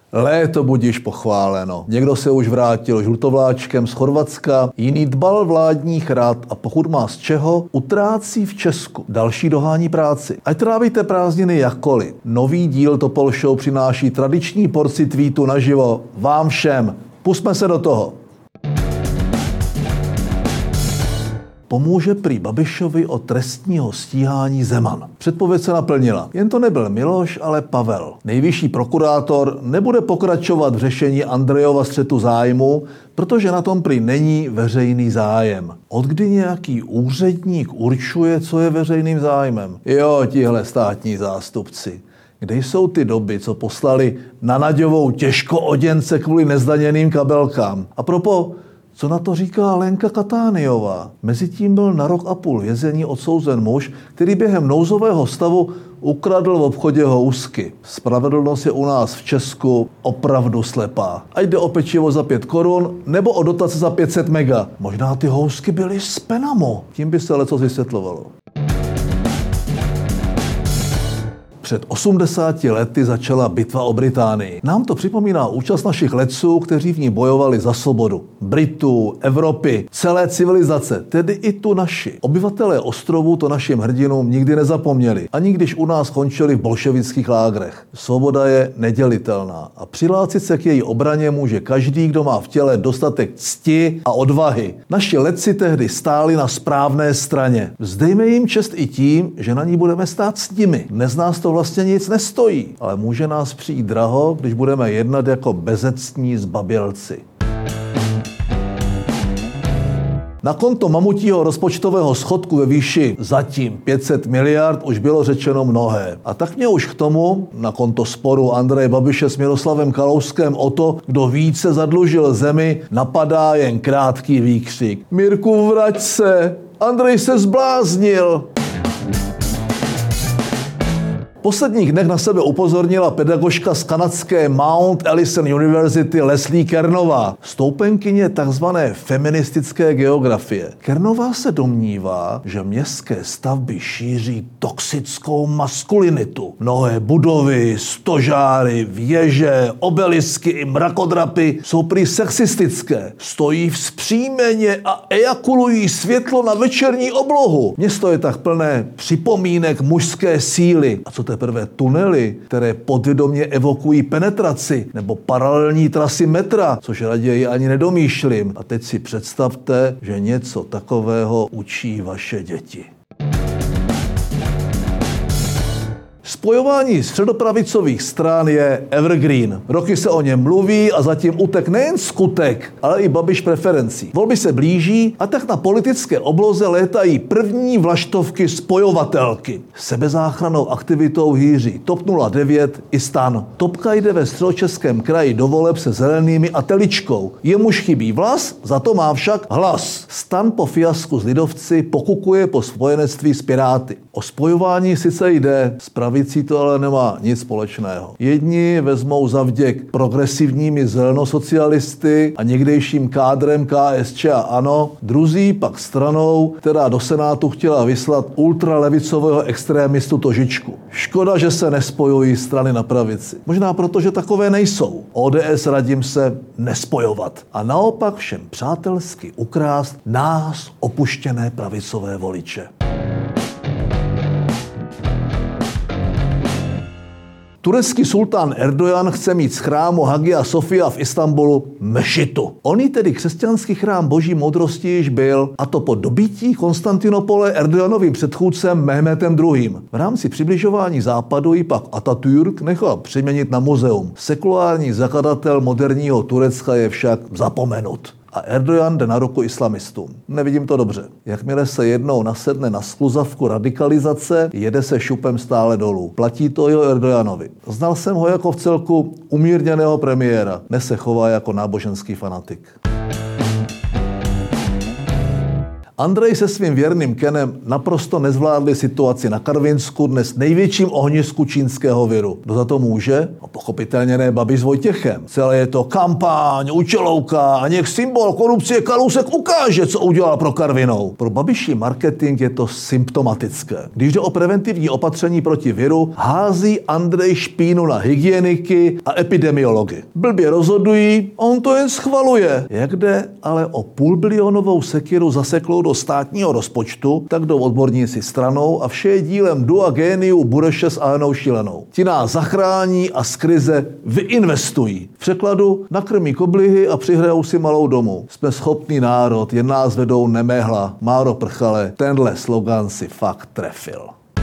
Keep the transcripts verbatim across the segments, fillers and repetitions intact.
Léto budiž pochváleno. Někdo se už vrátil žlutovláčkem z Chorvatska, jiný dbal vládních rad a pokud má z čeho, utrácí v Česku. Další dohání práci. Ať trávíte prázdniny jakkoliv. Nový díl Topol Show přináší tradiční porci tweetu naživo vám všem. Pusťme se do toho. Pomůže prý Babišovi od trestního stíhání Zeman. Předpověď se naplnila. Jen to nebyl Miloš, ale Pavel. Nejvyšší prokurátor nebude pokračovat v řešení Andrejova střetu zájmu, protože na tom prý není veřejný zájem. Odkdy nějaký úředník určuje, co je veřejným zájmem? Jo, tihle státní zástupci. Kde jsou ty doby, co poslali na Naďovou těžkooděnce kvůli nezdaněným kabelkám? A propo, co na to říká Lenka Katániová? Mezitím byl na rok a půl vězení odsouzen muž, který během nouzového stavu ukradl v obchodě housky. Spravedlnost je u nás v Česku opravdu slepá. Ať jde o pečivo za pět korun, nebo o dotace za pět set mega. Možná ty housky byly z Penamo. Tím by se leco vysvětlovalo. Před osmdesáti lety začala bitva o Británii. Nám to připomíná účast našich letců, kteří v ní bojovali za svobodu. Britů, Evropy, celé civilizace, tedy i tu naši. Obyvatelé ostrovů to našim hrdinům nikdy nezapomněli, ani když u nás končili v bolševických lágrech. Svoboda je nedělitelná a přilácit se k její obraně může každý, kdo má v těle dostatek cti a odvahy. Naši letci tehdy stáli na správné straně. Vzdejme jim čest i tím, že na ní budeme stát s nimi. Dnes nás to vlastně nic nestojí, ale může nás přijít draho, když budeme jednat jako bezectní zbabělci. Na konto mamutího rozpočtového schodku ve výši zatím pět set miliard už bylo řečeno mnohé. A tak mě už k tomu, na konto sporu Andreje Babiše s Miroslavem Kalouskem o to, kdo více zadlužil zemi, napadá jen krátký výkřik. Mirku, vrať se! Andrej se zbláznil! V posledních dnech na sebe upozornila pedagožka z kanadské Mount Allison University Leslie Kernová, stoupenkyně tzv. Feministické geografie. Kernová se domnívá, že městské stavby šíří toxickou maskulinitu. Mnohé budovy, stožáry, věže, obelisky i mrakodrapy jsou prý sexistické. Stojí vzpřímeně a ejakulují světlo na večerní oblohu. Město je tak plné připomínek mužské síly. A co teprve tunely, které podvědomě evokují penetraci, nebo paralelní trasy metra, což raději ani nedomýšlím. A teď si představte, že něco takového učí vaše děti. Spojování středopravicových stran je evergreen. Roky se o něm mluví a zatím utek nejen skutek, ale i Babiš preferencí. Volby se blíží a tak na politické obloze létají první vlaštovky spojovatelky. Sebezáchrannou aktivitou hýří TOP nula devět i STAN. Topka jde ve Středočeském kraji do voleb se zelenými a teličkou. Jemuž chybí vlas, za to má však hlas. STAN po fiasku s lidovci pokukuje po spojenectví s Piráty. O spojování sice jde, s pravicí to ale nemá nic společného. Jedni vezmou za vděk progresivními zelenosocialisty a někdejším kádrem K S Č a ANO, druzí pak stranou, která do Senátu chtěla vyslat ultralevicového extrémistu Tožičku. Škoda, že se nespojují strany na pravici. Možná proto, že takové nejsou. O D S radím se nespojovat. A naopak všem přátelsky ukrást nás opuštěné pravicové voliče. Turecký sultán Erdogan chce mít z chrámu Hagia Sofia v Istanbulu mešitu. Oný tedy křesťanský chrám boží moudrosti již byl, a to po dobití Konstantinopole Erdoganovým předchůdcem Mehmetem druhým. V rámci přibližování západu ji pak Atatürk nechal přeměnit na muzeum. Sekulární zakladatel moderního Turecka je však zapomenut. A Erdogan jde na ruku islamistům. Nevidím to dobře. Jakmile se jednou nasedne na skluzavku radikalizace, jede se šupem stále dolů. Platí to i o Erdoganovi. Znal jsem ho jako v celku umírněného premiéra. Dnes se chová jako náboženský fanatik. Andrej se svým věrným Kenem naprosto nezvládli situaci na Karvinsku, dnes největším ohnisku čínského viru. Kdo za to může? No, pochopitelně ne Babiš s Vojtěchem. Celé je to kampaň, účelovka a něk symbol korupce Kalousek ukáže, co udělal pro Karvinou. Pro Babiši marketing je to symptomatické. Když jde o preventivní opatření proti viru, hází Andrej špínu na hygieniky a epidemiology. Blbě rozhodují, on to jen schvaluje. Jak jde ale o půlbilionovou sekiru zaseklou do státního rozpočtu, tak jdou odborníci stranou a vše je dílem dua géniu Bureše s Alenou Šilenou. Ti nás zachrání a z krize vyinvestují. V překladu nakrmí koblihy a přihrajou si malou domů. Jsme schopný národ, jen nás vedou nemehla. Máro Prchale, tenhle slogan si fakt trefil.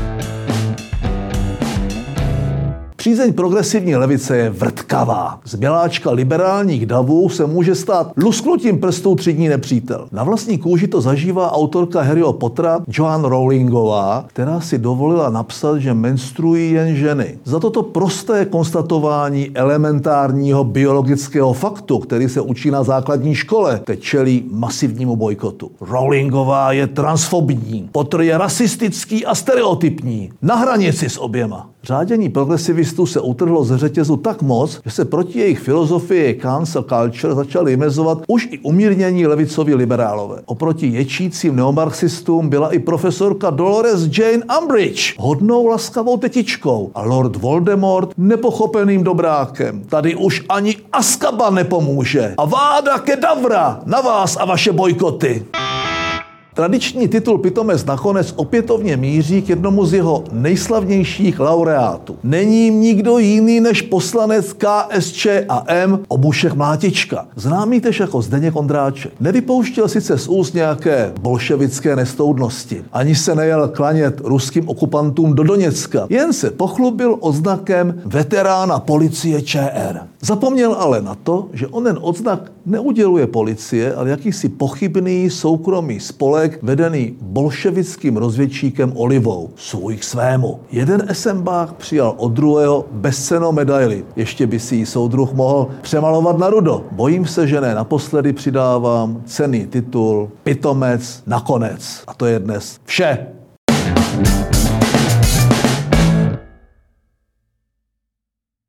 Přízeň progresivní levice je vrtkavá. Z miláčka liberálních davů se může stát lusknutím prstů třídní nepřítel. Na vlastní kůži to zažívá autorka Harryho Pottera Joanne Rowlingová, která si dovolila napsat, že menstruují jen ženy. Za toto prosté konstatování elementárního biologického faktu, který se učí na základní škole, teď čelí masivnímu bojkotu. Rowlingová je transfobní, Potter je rasistický a stereotypní. Na hranici s oběma. Řádění progresivistů se utrhlo ze řetězu tak moc, že se proti jejich filozofii cancel culture začali vymezovat už i umírnění levicoví liberálové. Oproti ječícím neomarxistům byla i profesorka Dolores Jane Umbridge hodnou laskavou tetičkou a Lord Voldemort nepochopeným dobrákem. Tady už ani Azkaban nepomůže. A Váda Kedavra na vás a vaše bojkoty. Tradiční titul Pitomec nakonec opětovně míří k jednomu z jeho nejslavnějších laureátů. Není jim nikdo jiný než poslanec K S Č a M Obušek Mlátička, známý tež jako Zdeněk Ondráček. Nevypouštěl sice z úst nějaké bolševické nestoudnosti, ani se nejel klanět ruským okupantům do Doněcka, jen se pochlubil odznakem veterána policie Č R. Zapomněl ale na to, že onen odznak neuděluje policie, ale jakýsi pochybný soukromý spolek vedený bolševickým rozvědčíkem Olivou. Svůj k svému. Jeden esembák přijal od druhého bezcennou medaili. Ještě by si ji soudruh mohl přemalovat na rudo. Bojím se, že ne naposledy přidávám cenný titul Pitomec nakonec. A to je dnes vše.